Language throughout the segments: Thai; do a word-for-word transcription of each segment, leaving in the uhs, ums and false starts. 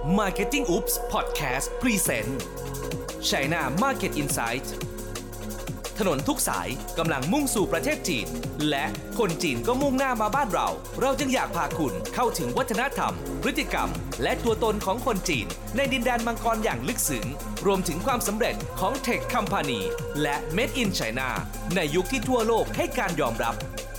Marketing Oops Podcast Present China Market Insight ถนนทุกสายกำลังมุ่งสู่ประเทศจีนและคนจีนก็มุ่งหน้ามาบ้านเราเราจึงอยากพาคุณเข้าถึงวัฒนธรรมพฤติกรรมและตัวตนของคนจีนในดินแดนมังกรอย่างลึกซึ้งรวมถึงความสำเร็จของ Tech Company และ Made in China ในยุคที่ทั่วโลกให้การยอมรับ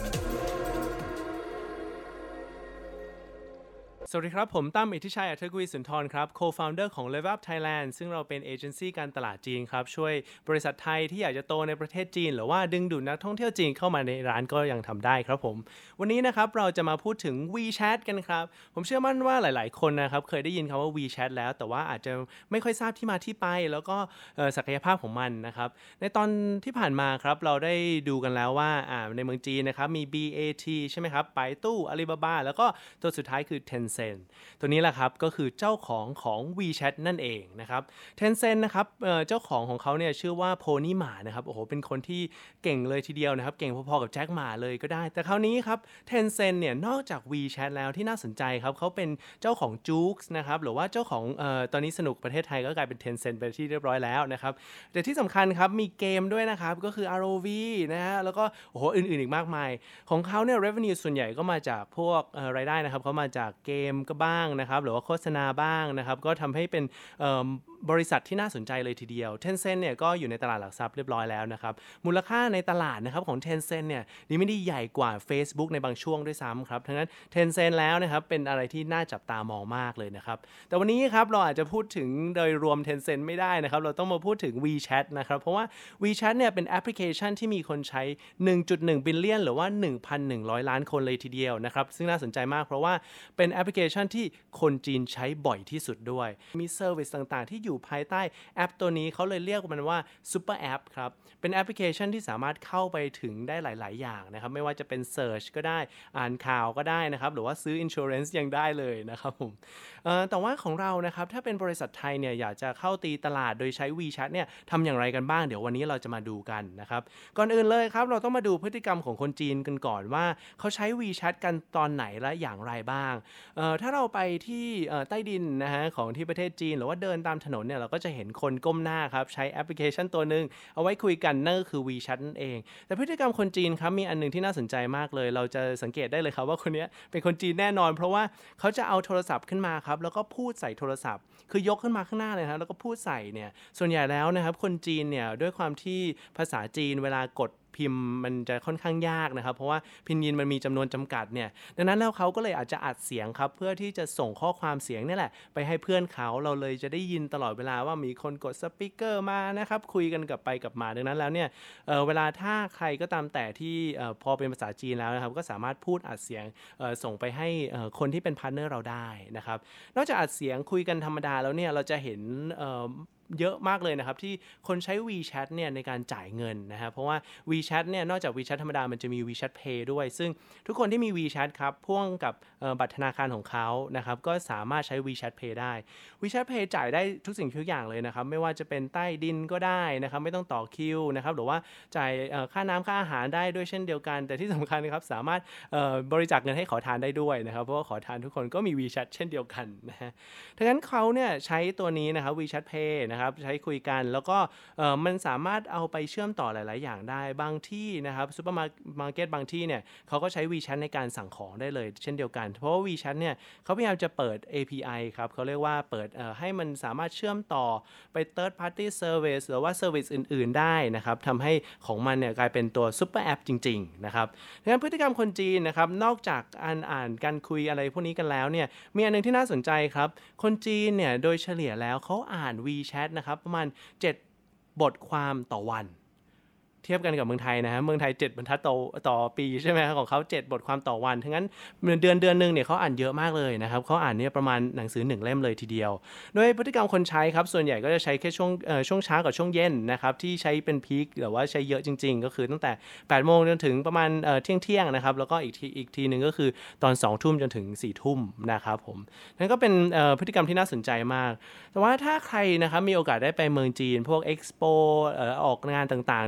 สวัสดีครับผมตั้มอิทธิชัยอัธกุลสุนทรครับ Co-founder ของ Level Up Thailand ซึ่งเราเป็นเอเจนซี่การตลาดจีนครับช่วยบริษัทไทยที่อยากจะโตในประเทศจีนหรือว่าดึงดูดนักท่องเที่ยวจีนเข้ามาในร้านก็ยังทำได้ครับผมวันนี้นะครับเราจะมาพูดถึง WeChat กันครับผมเชื่อมั่นว่าหลายๆคนนะครับเคยได้ยินคำว่า WeChat แล้วแต่ว่าอาจจะไม่ค่อยทราบที่มาที่ไปแล้วก็ศักยภาพของมันนะครับในตอนที่ผ่านมาครับเราได้ดูกันแล้วว่าในเมืองจีนนะครับมี บี เอ ที ใช่ไหมครับไปตู้ Alibaba แล้วก็ตัวสุดท้ายคือ Tencentตัวนี้แหละครับก็คือเจ้าของของ WeChat นั่นเองนะครับ Tencent นะครับ เอ่อ เจ้าของของเขาเนี่ยชื่อว่าโพนี่หมานะครับโอ้โหเป็นคนที่เก่งเลยทีเดียวนะครับเก่งพอๆกับแจ็คหมาเลยก็ได้แต่คราวนี้ครับ Tencent เนี่ยนอกจาก WeChat แล้วที่น่าสนใจครับเขาเป็นเจ้าของ Joox นะครับหรือว่าเจ้าของเอ่อตอนนี้สนุกประเทศไทยก็กลายเป็น Tencent ไปที่เรียบร้อยแล้วนะครับแต่ที่สำคัญครับมีเกมด้วยนะครับก็คือ อาร์ โอ วี นะฮะแล้วก็โอ้โหอื่นๆอีกมากมายของเขาเนี่ย revenue ส่วนใหญ่ก็มาจากพวกเอ่อรายได้นะครับเขามาจากเกมก็บ้างนะครับหรือว่าโฆษณาบ้างนะครับก็ทำให้เป็นบริษัทที่น่าสนใจเลยทีเดียว Tencent เนี่ยก็อยู่ในตลาดหลักทรัพย์เรียบร้อยแล้วนะครับมูลค่าในตลาดนะครับของ Tencent เนี่ยดีไม่ได้ใหญ่กว่า Facebook ในบางช่วงด้วยซ้ำครับทั้งนั้น Tencent แล้วนะครับเป็นอะไรที่น่าจับตามองมากเลยนะครับแต่วันนี้ครับเราอาจจะพูดถึงโดยรวม Tencent ไม่ได้นะครับเราต้องมาพูดถึง WeChat นะครับเพราะว่า WeChat เนี่ยเป็นแอปพลิเคชันที่มีคนใช้ หนึ่งจุดหนึ่ง บิลเลียนหรือว่า หนึ่งพันหนึ่งร้อย ล้านคนเลยทีเดียวนะครับซึ่งน่าสนใจมากเพราะว่าเป็นแอปพลิเคชันที่คนจีนใช้บ่อยที่สุดด้วยมีเซอร์วิสต่างๆที่อยู่ภายใต้แอปตัวนี้เขาเลยเรียกมันว่าซุปเปอร์แอปครับเป็นแอปพลิเคชันที่สามารถเข้าไปถึงได้หลายๆอย่างนะครับไม่ว่าจะเป็นเสิร์ชก็ได้อ่านข่าวก็ได้นะครับหรือว่าซื้อ Insurance ยังได้เลยนะครับผมเอ่อแต่ว่าของเรานะครับถ้าเป็นบริษัทไทยเนี่ยอยากจะเข้าตีตลาดโดยใช้ WeChat เนี่ยทำอย่างไรกันบ้างเดี๋ยววันนี้เราจะมาดูกันนะครับก่อนอื่นเลยครับเราต้องมาดูพฤติกรรมของคนจีนกันก่อนว่าเขาใช้ WeChat กันตอนไหนและอย่างไรบ้างเอ่อถ้าเราไปที่เอ่อใต้ดินนะฮะของที่ประเทศจีนหรือว่าเดินตามถนนเนี่ยเราก็จะเห็นคนก้มหน้าครับใช้แอปพลิเคชันตัวนึงเอาไว้คุยกันนั่นก็คือ WeChat นั่นเองแต่พฤติกรรมคนจีนครับมีอันนึงที่น่าสนใจมากเลยเราจะสังเกตได้เลยครับว่าคนนี้เป็นคนจีนแน่นอนเพราะว่าเขาจะเอาโทรศัพท์ขึ้นมาครับแล้วก็พูดใส่โทรศัพท์คือยกขึ้นมาข้างหน้าเลยครับแล้วก็พูดใส่เนี่ยส่วนใหญ่แล้วนะครับคนจีนเนี่ยด้วยความที่ภาษาจีนเวลากดพิมพ์มันจะค่อนข้างยากนะครับเพราะว่าพินยินมันมีจำนวนจำกัดเนี่ยดังนั้นแล้วเขาก็เลยอาจจะอัดเสียงครับเพื่อที่จะส่งข้อความเสียงนี่แหละไปให้เพื่อนเขาเราเลยจะได้ยินตลอดเวลาว่ามีคนกดสปีกเกอร์มานะครับคุยกันกลับไปกลับมาดังนั้นแล้วเนี่ย เอ่อ เวลาถ้าใครก็ตามแต่ที่พอเป็นภาษาจีนแล้วนะครับก็สามารถพูดอัดเสียงส่งไปให้คนที่เป็นพาร์ทเนอร์เราได้นะครับนอกจากอัดเสียงคุยกันธรรมดาแล้วเนี่ยเราจะเห็นเยอะมากเลยนะครับที่คนใช้ WeChat เนี่ยในการจ่ายเงินนะครับเพราะว่า WeChat เนี่ยนอกจาก WeChat ธรรมดามันจะมี WeChat Pay ด้วยซึ่งทุกคนที่มี WeChat ครับพ่วงกับบัตรธนาคารของเขานะครับก็สามารถใช้ WeChat Pay ได้ WeChat Pay จ่ายได้ทุกสิ่งทุกอย่างเลยนะครับไม่ว่าจะเป็นใต้ดินก็ได้นะครับไม่ต้องต่อคิวนะครับหรือว่าจ่ายค่าน้ำค่าอาหารได้ด้วยเช่นเดียวกันแต่ที่สำคัญนะครับสามารถบริจาคเงินให้ขอทานได้ด้วยนะครับเพราะว่าขอทานทุกคนก็มี WeChat เช่นเดียวกันนะฮะดังนั้นเขาเนี่ยใช้ตัวนี้นะครับ WeChat Pay นะครับใช้คุยกันแล้วก็มันสามารถเอาไปเชื่อมต่อหลายๆอย่างได้บางที่นะครับซุปเปอร์มาร์เก็ตบางที่เนี่ยเขาก็ใช้ WeChat ในการสั่งของได้เลยเช่นเดียวกันเพราะว่า WeChat เนี่ยเขาพยายามจะเปิด เอ พี ไอ ครับเขาเรียกว่าเปิดให้มันสามารถเชื่อมต่อไป Third Party Service หรือว่า Service อื่นๆได้นะครับทำให้ของมันเนี่ยกลายเป็นตัวซุปเปอร์แอปจริงๆนะครับดังนั้นพฤติกรรมคนจีนนะครับนอกจากอ่านอ่านการคุยอะไรพวกนี้กันแล้วเนี่ยมีอันนึงที่น่าสนใจครับคนจีนเนี่ยโดยเฉลี่ยแล้วเขาอ่าน WeChat นะครับประมาณเจ็ดบทความต่อวันเทียบกันกับเมืองไทยนะฮะเมืองไทยเจ็ดบรรทัดต่อต่อปีใช่ไหมครับของเขาเจ็ดบทความต่อวันทั้งนั้นเดือนเดือนนึงเนี่ยเขาอ่านเยอะมากเลยนะครับเขาอ่านเนี่ยประมาณหนังสือหนึ่งเล่มเลยทีเดียวโดยพฤติกรรมคนใช้ครับส่วนใหญ่ก็จะใช้แค่ช่วงเอ่อช่วงเช้ากับช่วงเย็นนะครับที่ใช้เป็นพีคหรือว่าใช้เยอะจริงๆก็คือตั้งแต่แปดโมงจนถึงประมาณเอ่อเที่ยงๆนะครับแล้วก็อีกทีอีกทีนึงก็คือตอนสองทุ่มจนถึงสี่ทุ่มนะครับผมนั่นก็เป็นเอ่อพฤติกรรมที่น่าสนใจมากแต่ว่าถ้าใครนะครับมีโอกาสได้ไปเมืองจีนพวก Expo เอ่อออกงานต่างๆเนี่ยจะสังเก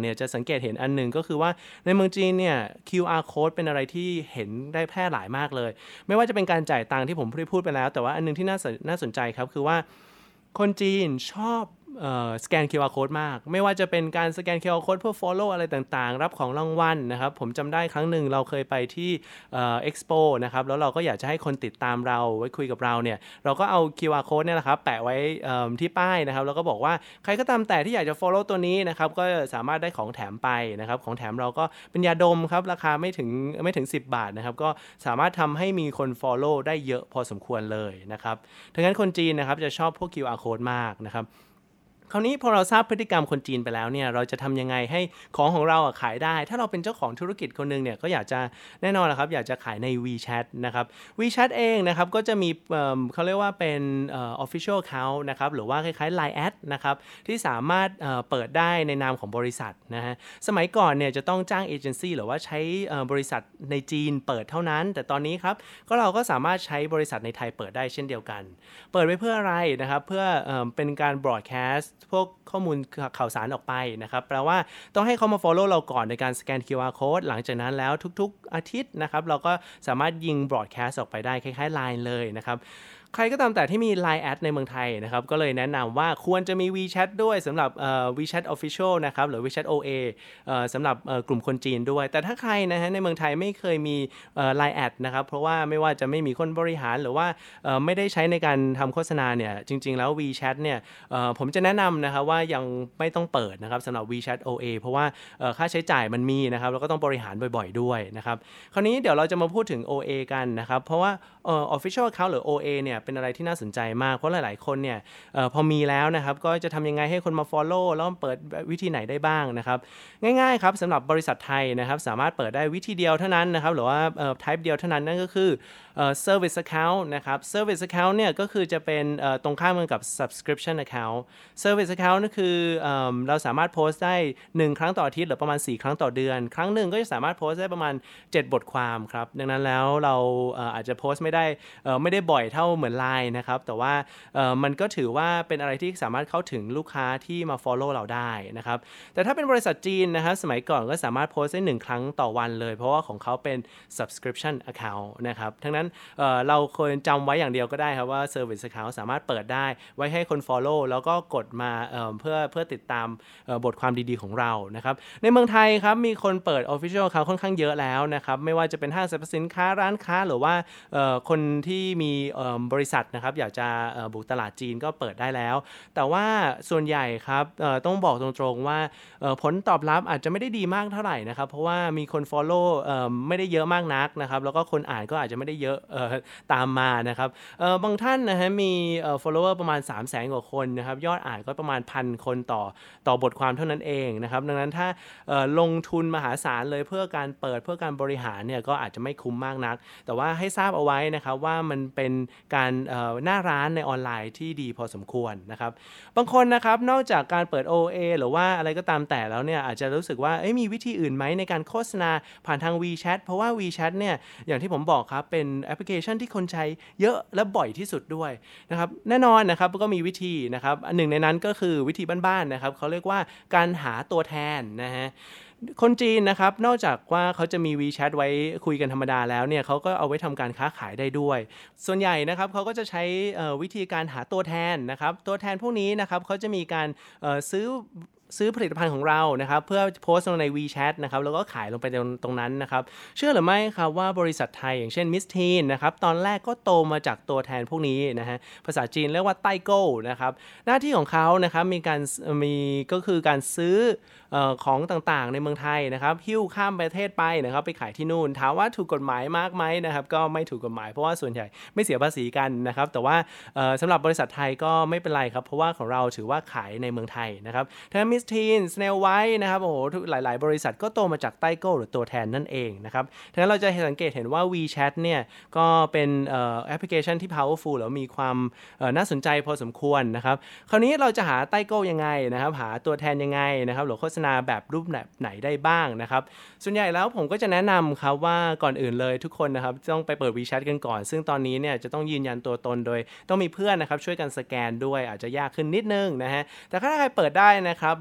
กตเห็นอันหนึ่งก็คือว่าในเมืองจีนเนี่ย คิว อาร์ code เป็นอะไรที่เห็นได้แพร่หลายมากเลยไม่ว่าจะเป็นการจ่ายตังค์ที่ผมพูดไปแล้วแต่ว่าอันนึงที่น่าน่าสนใจครับคือว่าคนจีนชอบเอ่อสแกน คิว อาร์ code มากไม่ว่าจะเป็นการสแกน คิว อาร์ code เพื่อ follow อะไรต่างๆรับของรางวัลนะครับผมจำได้ครั้งหนึ่งเราเคยไปที่เอ่อ Expo นะครับแล้วเราก็อยากจะให้คนติดตามเราไว้คุยกับเราเนี่ยเราก็เอา คิว อาร์ code เนี่ยแหละครับแปะไว้ที่ป้ายนะครับแล้วก็บอกว่าใครก็ตามแต่ที่อยากจะ follow ตัวนี้นะครับก็สามารถได้ของแถมไปนะครับของแถมเราก็เป็นยาดมครับราคาไม่ถึงไม่ถึงสิบบาทนะครับก็สามารถทำให้มีคน follow ได้เยอะพอสมควรเลยนะครับดังนั้นคนจีนนะครับจะชอบพวก คิว อาร์ code มากนะครับคราวนี้พอเราทราบพฤติกรรมคนจีนไปแล้วเนี่ยเราจะทำยังไงให้ของของเราขายได้ถ้าเราเป็นเจ้าของธุรกิจคนนึงเนี่ยก็อยากจะแน่นอนนะครับอยากจะขายใน WeChat นะครับ WeChat เองนะครับก็จะมี เอ่อ เขาเรียกว่าเป็น เอ่อ official account นะครับหรือว่าคล้ายๆ ไลน์ แอด นะครับที่สามารถเอ่อเปิดได้ในนามของบริษัทนะฮะสมัยก่อนเนี่ยจะต้องจ้างเอเจนซี่หรือว่าใช้บริษัทในจีนเปิดเท่านั้นแต่ตอนนี้ครับก็เราก็สามารถใช้บริษัทในไทยเปิดได้เช่นเดียวกันเปิดไว้เพื่ออะไรนะครับเพื่อเอ่อเป็นการ broadcastพวกข้อมูลข่าวสารออกไปนะครับแปลว่าต้องให้เขามา follow เราก่อนในการสแกน คิว อาร์ code หลังจากนั้นแล้วทุกๆอาทิตย์นะครับเราก็สามารถยิง broadcast ออกไปได้คล้ายๆ ไลน์ เลยนะครับใครก็ตามแต่ที่มี ไลน์ แอด ในเมืองไทยนะครับก็เลยแนะนำว่าควรจะมี WeChat ด้วยสำหรับเอ่อ WeChat Official นะครับหรือ WeChat โอ เอ เอ่อสำหรับเอ่อกลุ่มคนจีนด้วยแต่ถ้าใครนะฮะในเมืองไทยไม่เคยมีเอ่อ ไลน์ แอด นะครับเพราะว่าไม่ว่าจะไม่มีคนบริหารหรือว่าเอ่อไม่ได้ใช้ในการทำโฆษณาเนี่ยจริงๆแล้ว WeChat เนี่ยเอ่อผมจะแนะนำนะครับว่ายังไม่ต้องเปิดนะครับสำหรับ WeChat โอ เอ เพราะว่าเอ่อค่าใช้จ่ายมันมีนะครับแล้วก็ต้องบริหารบ่อยๆด้วยนะครับคราวนี้เดี๋ยวเราจะมาพูดถึง โอ เอ กันนะครับเพราะว่าเอ่อ Official Account หรือ โอ เอ เนี่ยเป็นอะไรที่น่าสนใจมากเพราะหลายๆคนเนี่ยเอ่อพอมีแล้วนะครับก็จะทำยังไงให้คนมา follow แล้วเปิดวิธีไหนได้บ้างนะครับง่ายๆครับสำหรับบริษัทไทยนะครับสามารถเปิดได้วิธีเดียวเท่านั้นนะครับหรือว่าเอ่อ type เดียวเท่านั้นนั่นก็คือเอ่อ service account นะครับ service account เนี่ยก็คือจะเป็นเอ่อตรงข้ามกันกับ subscription account service account นั่นคือเอ่อเราสามารถโพสต์ได้หนึ่งครั้งต่ออาทิตย์หรือประมาณสี่ครั้งต่อเดือนครั้งหนึ่งก็จะสามารถโพสต์ได้ประมาณเจ็ดบทความครับดังนั้นแล้วเราเอ่ออาจจะโพสต์ไม่ได้เอ่อไม่ได้บ่อยเท่าเหมือน ไลน์ นะครับแต่ว่าเอ่อมันก็ถือว่าเป็นอะไรที่สามารถเข้าถึงลูกค้าที่มา follow เราได้นะครับแต่ถ้าเป็นบริษัทจีนนะครับสมัยก่อนก็สามารถโพสต์ได้หนึ่งครั้งต่อวันเลยเพราะว่าของเขาเป็น subscription account นะครับทั้งนั้นเอ่อเราควรจำไว้อย่างเดียวก็ได้ครับว่า service account สามารถเปิดได้ไว้ให้คน follow แล้วก็กดมาเอ่อเพื่อเพื่อติดตามเอ่อบทความดีๆของเรานะครับในเมืองไทยครับมีคนเปิด official account ค่อนข้างเยอะแล้วนะครับไม่ว่าจะเป็นห้างสรรพสินค้าร้านค้าหรือว่าเอ่อคนที่มีเอ่อบริษัทนะครับอยากจะเอ่อบุกตลาดจีนก็เปิดได้แล้วแต่ว่าส่วนใหญ่ครับเอ่อต้องบอกตรงๆว่าเอ่อผลตอบรับอาจจะไม่ได้ดีมากเท่าไหร่นะครับเพราะว่ามีคน follow เอ่อไม่ได้เยอะมากนักนะครับแล้วก็คนอ่านก็อาจจะไม่ได้เยอะเอ่อตามมานะครับเอ่อบางท่านนะฮะมีเอ่อ follower ประมาณ สามแสน กว่าคนนะครับยอดอ่านก็ประมาณ หนึ่งพัน คนต่อต่อบทความเท่านั้นเองนะครับดังนั้นถ้าเอ่อลงทุนมหาศาลเลยเพื่อการเปิดเพื่อการบริหารเนี่ยก็อาจจะไม่คุ้มมากนักแต่ว่าให้ทราบเอาไว้นะครับว่ามันเป็นการเอ่อหน้าร้านในออนไลน์ที่ดีพอสมควรนะครับบางคนนะครับนอกจากการเปิด โอ เอ หรือว่าอะไรก็ตามแต่แล้วเนี่ยอาจจะรู้สึกว่ามีวิธีอื่นไหมในการโฆษณาผ่านทาง WeChat เพราะว่า WeChat เนี่ยอย่างที่ผมบอกครับเป็นแอปพลิเคชันที่คนใช้เยอะและบ่อยที่สุดด้วยนะครับแน่นอนนะครับก็มีวิธีนะครับหนึ่งในนั้นก็คือวิธีบ้านๆนะครับเขาเรียกว่าการหาตัวแทนนะฮะคนจีนนะครับนอกจากว่าเขาจะมี WeChat ไว้คุยกันธรรมดาแล้วเนี่ยเขาก็เอาไว้ทำการค้าขายได้ด้วยส่วนใหญ่นะครับเขาก็จะใช้วิธีการหาตัวแทนนะครับตัวแทนพวกนี้นะครับเขาจะมีการซื้อซื้อผลิตภัณฑ์ของเรานะครับเพื่อโพสต์ลงใน WeChat นะครับแล้วก็ขายลงไปตรงตรงนั้นนะครับเชื่อหรือไม่ครับว่าบริษัทไทยอย่างเช่น Miss Teen นะครับตอนแรกก็โตมาจากตัวแทนพวกนี้นะฮะภาษาจีนเรียกว่าไต้โก้นะครับหน้าที่ของเขานะครับมีการมีก็คือการซื้อเอ่อของต่างๆในเมืองไทยนะครับหิ้วข้ามประเทศไปนะครับไปขายที่นู่นถามว่าถูกกฎหมายมากไหมนะครับก็ไม่ถูกกฎหมายเพราะว่าส่วนใหญ่ไม่เสียภาษีกันนะครับแต่ว่าเอ่อสำหรับบริษัทไทยก็ไม่เป็นไรครับเพราะว่าของเราถือว่าขายในเมืองไทยนะครับถ้า Miss Teen Snail White นะครับโอ้โหหลายๆบริษัทก็โตมาจากไต้โก้หรือตัวแทนนั่นเองนะครับฉะนั้นเราจะสังเกตเห็นว่า WeChat เนี่ยก็เป็นเอ่อแอปพลิเคชันที่ powerful แล้วมีความเอ่อน่าสนใจพอสมควรนะครับคราวนี้เราจะหาไต้โก้ยังไงนะครับหาตัวแทนยังไงนะครับหรือโฆษณาแบบรูปแบบไหนได้บ้างนะครับส่วนใหญ่แล้วผมก็จะแนะนำครับว่าก่อนอื่นเลยทุกคนนะครับต้องไปเปิด WeChat กันก่อนซึ่งตอนนี้เนี่ยจะต้องยืนยันตัวตนโดยต้องมีเพื่อนนะครับช่วยกันสแกนด้วยอาจจะยากขึ้นนิดนึงนะฮะแต่ถ้าใครเปิดได้นะครับแล้ว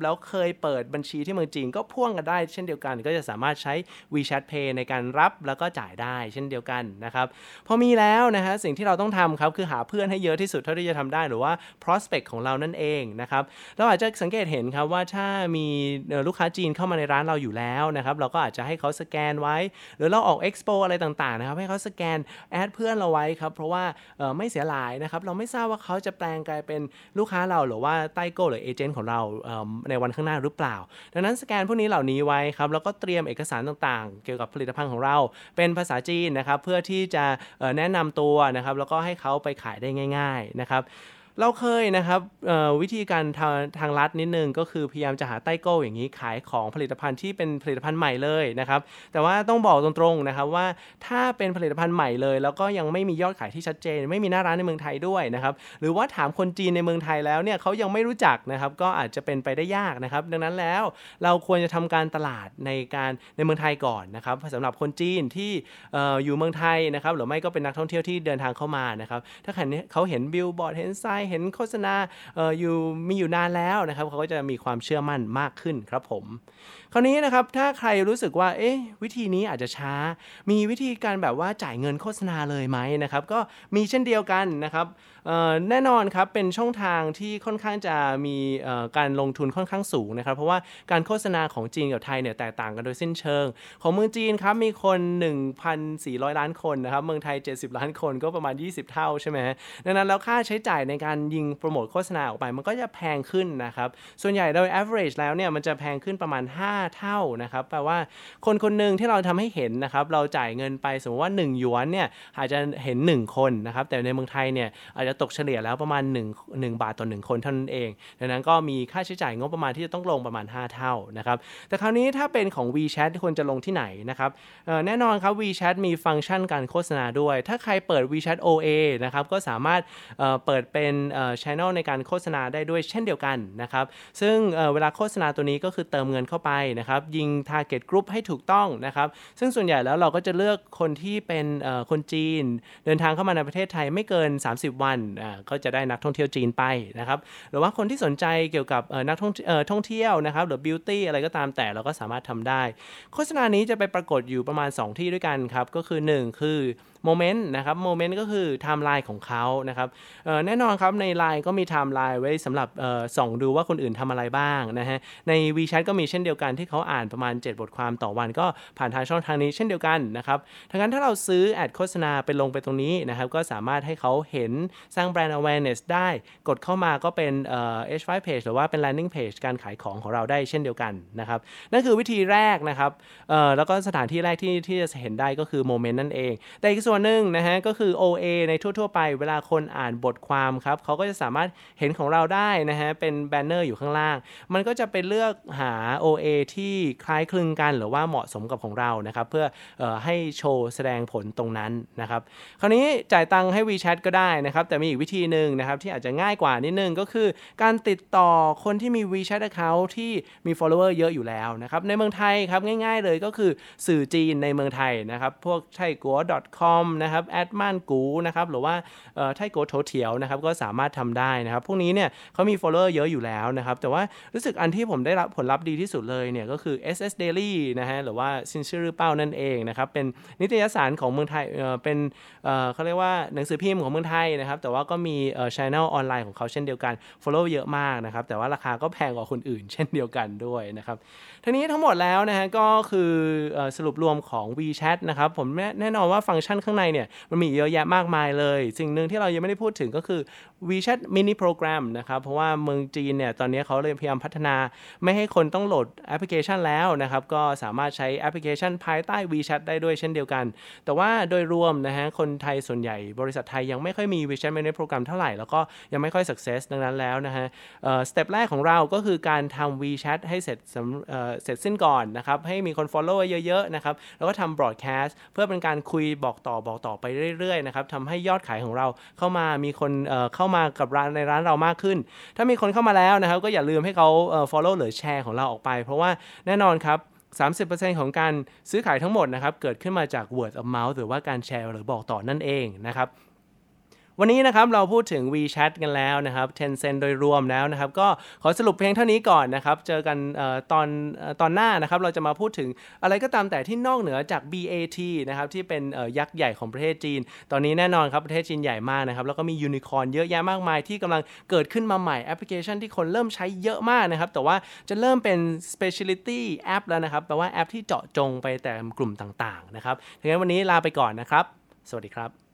แล้วเคยเปิดบัญชีที่เมืองจีนก็พ่วงกันได้เช่นเดียวกันก็จะสามารถใช้ WeChat Pay ในการรับแล้วก็จ่ายได้เช่นเดียวกันนะครับพอมีแล้วนะฮะสิ่งที่เราต้องทำครับคือหาเพื่อนให้เยอะที่สุดเท่าที่จะทำได้หรือว่า prospect ของเรานั่นเองนะครับเราอาจจะสังเกตเห็นครับว่าถ้ามีลูกค้าจีนเข้ามาในร้านเราอยู่แล้วนะครับเราก็อาจจะให้เขาสแกนไว้หรือเราออก Expo อะไรต่างๆนะครับให้เขาสแกนแอดเพื่อนเราไว้ครับเพราะว่าไม่เสียหลายนะครับเราไม่ทราบว่าเขาจะแปลงกลายเป็นลูกค้าเราหรือว่าไต้โก้หรือเอเจนต์ของเราในวันข้างหน้าหรือเปล่าดังนั้นสแกนพวกนี้เหล่านี้ไว้ครับแล้วก็เตรียมเอกสารต่างๆเกี่ยวกับผลิตภัณฑ์ของเราเป็นภาษาจีนนะครับเพื่อที่จะแนะนำตัวนะครับแล้วก็ให้เขาไปขายได้ง่ายๆนะครับเราเคยนะครับวิธีการทางทางลัดนิดนึงก็คือพยายามจะหาไต้โก้อย่างนี้ขายของผลิตภัณฑ์ที่เป็นผลิตภัณฑ์ใหม่เลยนะครับแต่ว่าต้องบอกตรงๆนะครับว่าถ้าเป็นผลิตภัณฑ์ใหม่เลยแล้วก็ยังไม่มียอดขายที่ชัดเจนไม่มีหน้าร้านในเมืองไทยด้วยนะครับหรือว่าถามคนจีนในเมืองไทยแล้วเนี่ยเขายังไม่รู้จักนะครับก็อาจจะเป็นไปได้ยากนะครับดังนั้นแล้วเราควรจะทำการตลาดในการในเมืองไทยก่อนนะครับสำหรับคนจีนที่ อ, อ, อยู่เมืองไทยนะครับหรือไม่ก็เป็นนักท่องเที่ยวที่เดินทางเข้ามานะครับถ้าเขาเห็นบิลบอร์ดเห็นไซน์เห็นโฆษณาเอ่ออยู่มีอยู่นานแล้วนะครับเขาก็จะมีความเชื่อมั่นมากขึ้นครับผมคราวนี้นะครับถ้าใครรู้สึกว่าเอ๊ะวิธีนี้อาจจะช้ามีวิธีการแบบว่าจ่ายเงินโฆษณาเลยไหมนะครับก็มีเช่นเดียวกันนะครับแน่นอนครับเป็นช่องทางที่ค่อนข้างจะมีการลงทุนค่อนข้างสูงนะครับเพราะว่าการโฆษณาของจีนกับไทยเนี่ยแตกต่างกันโดยสิ้นเชิงของเมืองจีนครับมีคน หนึ่งพันสี่ร้อย ล้านคนนะครับเมืองไทยเจ็ดสิบล้านคนก็ประมาณยี่สิบเท่าใช่ไหมดังนั้นแล้วค่าใช้จ่ายในการยิงโปรโมทโฆษณาออกไปมันก็จะแพงขึ้นนะครับส่วนใหญ่โดย average แล้วเนี่ยมันจะแพงขึ้นประมาณห้าเท่านะครับแปลว่าคนคนนึงที่เราทำให้เห็นนะครับเราจ่ายเงินไปสมมติว่าหนึ่งหยวนเนี่ยอาจจะเห็นหนึ่งคนนะครับแต่ในเมืองไทยเนี่ยอาจจะตกเฉลี่ยแล้วประมาณ1 1บาทต่อหนึ่งคนเท่านั้นเองดังนั้นก็มีค่าใช้จ่ายงบประมาณที่จะต้องลงประมาณห้าเท่านะครับแต่คราวนี้ถ้าเป็นของ WeChat ที่ควรจะลงที่ไหนนะครับแน่นอนครับ WeChat มีฟังก์ชันการโฆษณาด้วยถ้าใครเปิด WeChat โอ เอ นะครับก็สามารถเ, เปิดเป็น channel ในการโฆษณาได้ด้วยเช่นเดียวกันนะครับซึ่ง เ, เวลาโฆษณาตัวนี้ก็คือเติมเงินเข้าไปนะครับยิง target group ให้ถูกต้องนะครับซึ่งส่วนใหญ่แล้วเราก็จะเลือกคนที่เป็นคนจีนเดินทางเข้ามาในประเทศไทยไม่เกินสามสิบวันก็จะได้นักท่องเที่ยวจีนไปนะครับหรือว่าคนที่สนใจเกี่ยวกับนักท่องท่องเที่ยวนะครับหรือ beauty อะไรก็ตามแต่เราก็สามารถทำได้โฆษณานี้จะไปปรากฏอยู่ประมาณสองที่ด้วยกันครับก็คือหนึ่งคือโมเมนต์นะครับโมเมนต์ก็คือไทม์ไลน์ของเขานะครับแน่นอนครับใน ไลน์ ก็มีไทม์ไลน์ไว้สำหรับส่องดูว่าคนอื่นทำอะไรบ้างนะฮะใน WeChat ก็มีเช่นเดียวกันที่เขาอ่านประมาณเจ็ดบทความต่อวันก็ผ่านทางช่องทางนี้เช่นเดียวกันนะครับดังนั้นถ้าเราซื้อแอดโฆษณาไปลงไปตรงนี้นะครับก็สามารถให้เขาเห็นสร้างแบรนด์ awareness ได้กดเข้ามาก็เป็นเอ่อ เอช ไฟว์ page หรือว่าเป็น landing page การขายของของเราได้เช่นเดียวกันนะครับนั่นคือวิธีแรกนะครับเอ่อแล้วก็สถานที่แรกที่ที่จะเห็นได้ก็คือโมเมนต์นั่นเองแต่อีกส่วนหนึ่งนะฮะก็คือ โอ เอ ในทั่วๆไปเวลาคนอ่านบทความครับเขาก็จะสามารถเห็นของเราได้นะฮะเป็นแบนเนอร์อยู่ข้างล่างมันก็จะไปเลือกหา โอ เอ ที่คล้ายคลึงกันหรือว่าเหมาะสมกับของเรานะครับเพื่อเอ่อให้โชว์แสดงผลตรงนั้นนะครับคราวนี้จ่ายตังค์ให้ WeChat ก็ได้นะครับแต่มีอีกวิธีนึงนะครับที่อาจจะง่ายกว่านิดนึงก็คือการติดต่อคนที่มี WeChat account ที่มี follower เยอะอยู่แล้วนะครับในเมืองไทยครับง่ายๆเลยก็คือสื่อจีนในเมืองไทยนะครับพวกไทกัว .com นะครับแอดม่านกูนะครับหรือว่าเอ่อไทกัวโถเถียวนะครับก็สามารถทำได้นะครับพวกนี้เนี่ยเขามี follower เยอะอยู่แล้วนะครับแต่ว่ารู้สึกอันที่ผมได้รับผลลัพธ์ดีที่สุดเลยเนี่ยก็คือ เอส เอส Daily นะฮะหรือว่าซินชื่อเป้านั่นเองนะครับเป็นนิตยสารของเมืองไทยเอ่อเป็นเอ่อเขาเรียกว่าหนังสือพิมพ์ของเมืองไทยนะครับแต่ว่าก็มีเอ่อ channel ออนไลน์ของเขาเช่นเดียวกัน follow เยอะมากนะครับแต่ว่าราคาก็แพงกว่าคนอื่นเช่นเดียวกันด้วยนะครับทีนี้ทั้งหมดแล้วนะฮะก็คือเอ่อสรุปรวมของ WeChat นะครับผมแน่นอนว่าฟังก์ชันข้างในเนี่ยมันมีเยอะแยะมากมายเลยสิ่งนึงที่เรายังไม่ได้พูดถึงก็คือ WeChat mini program นะครับเพราะว่าเมืองจีนเนี่ยตอนนี้เขาเลยพยายามพัฒนาไม่ให้คนต้องโหลดแอปพลิเคชันแล้วนะครับก็สามารถใช้แอปพลิเคชันภายใต้ WeChat ได้ด้วยเช่นเดียวกันแต่ว่าโดยรวมนะฮะคนไทยส่วนใหญ่บริษัทไทยยังไม่ค่อยมี WeChat mini program เท่าไหร่แล้วก็ยังไม่ค่อย success ดังนั้นแล้วนะฮะเอ่อสเต็ปแรกของเราก็คือการทำ WeChat ให้เสร็จเอ่อเสร็จสิ้นก่อนนะครับให้มีคน follow เยอะๆนะครับแล้วก็ทำ broadcast เพื่อเป็นการคุยบอกต่อบอกต่อไปเรื่อยๆนะครับทำให้ยอดขายของเราเข้ามามีคนเอ่อเข้ามากับร้านในร้านเรามากขึ้นถ้ามีคนเข้ามาแล้วนะครับก็อย่าลืมให้เขาเอ่อ follow หรือแชร์ของเราออกไปเพราะว่าแน่นอนครับ สามสิบเปอร์เซ็นต์ ของการซื้อขายทั้งหมดนะครับเกิดขึ้นมาจาก word of mouth หรือว่าการแชร์หรือบอกต่อนั่นเองนะครับวันนี้นะครับเราพูดถึง WeChat กันแล้วนะครับ Tencent โดยรวมแล้วนะครับก็ขอสรุปเพียงเท่านี้ก่อนนะครับเจอกันเอ่อตอนเอ่อตอนหน้านะครับเราจะมาพูดถึงอะไรก็ตามแต่ที่นอกเหนือจาก บี เอ ที นะครับที่เป็นเอ่อยักษ์ใหญ่ของประเทศจีนตอนนี้แน่นอนครับประเทศจีนใหญ่มากนะครับแล้วก็มียูนิคอร์นเยอะแยะมากมายที่กำลังเกิดขึ้นมาใหม่แอปพลิเคชันที่คนเริ่มใช้เยอะมากนะครับแต่ว่าจะเริ่มเป็น specialty app แล้วนะครับแปลว่าแอปที่เจาะจงไปแต่กลุ่มต่างๆนะครับดังนั้นวันนี้ลาไปก่อนนะครับสวัสดีครับ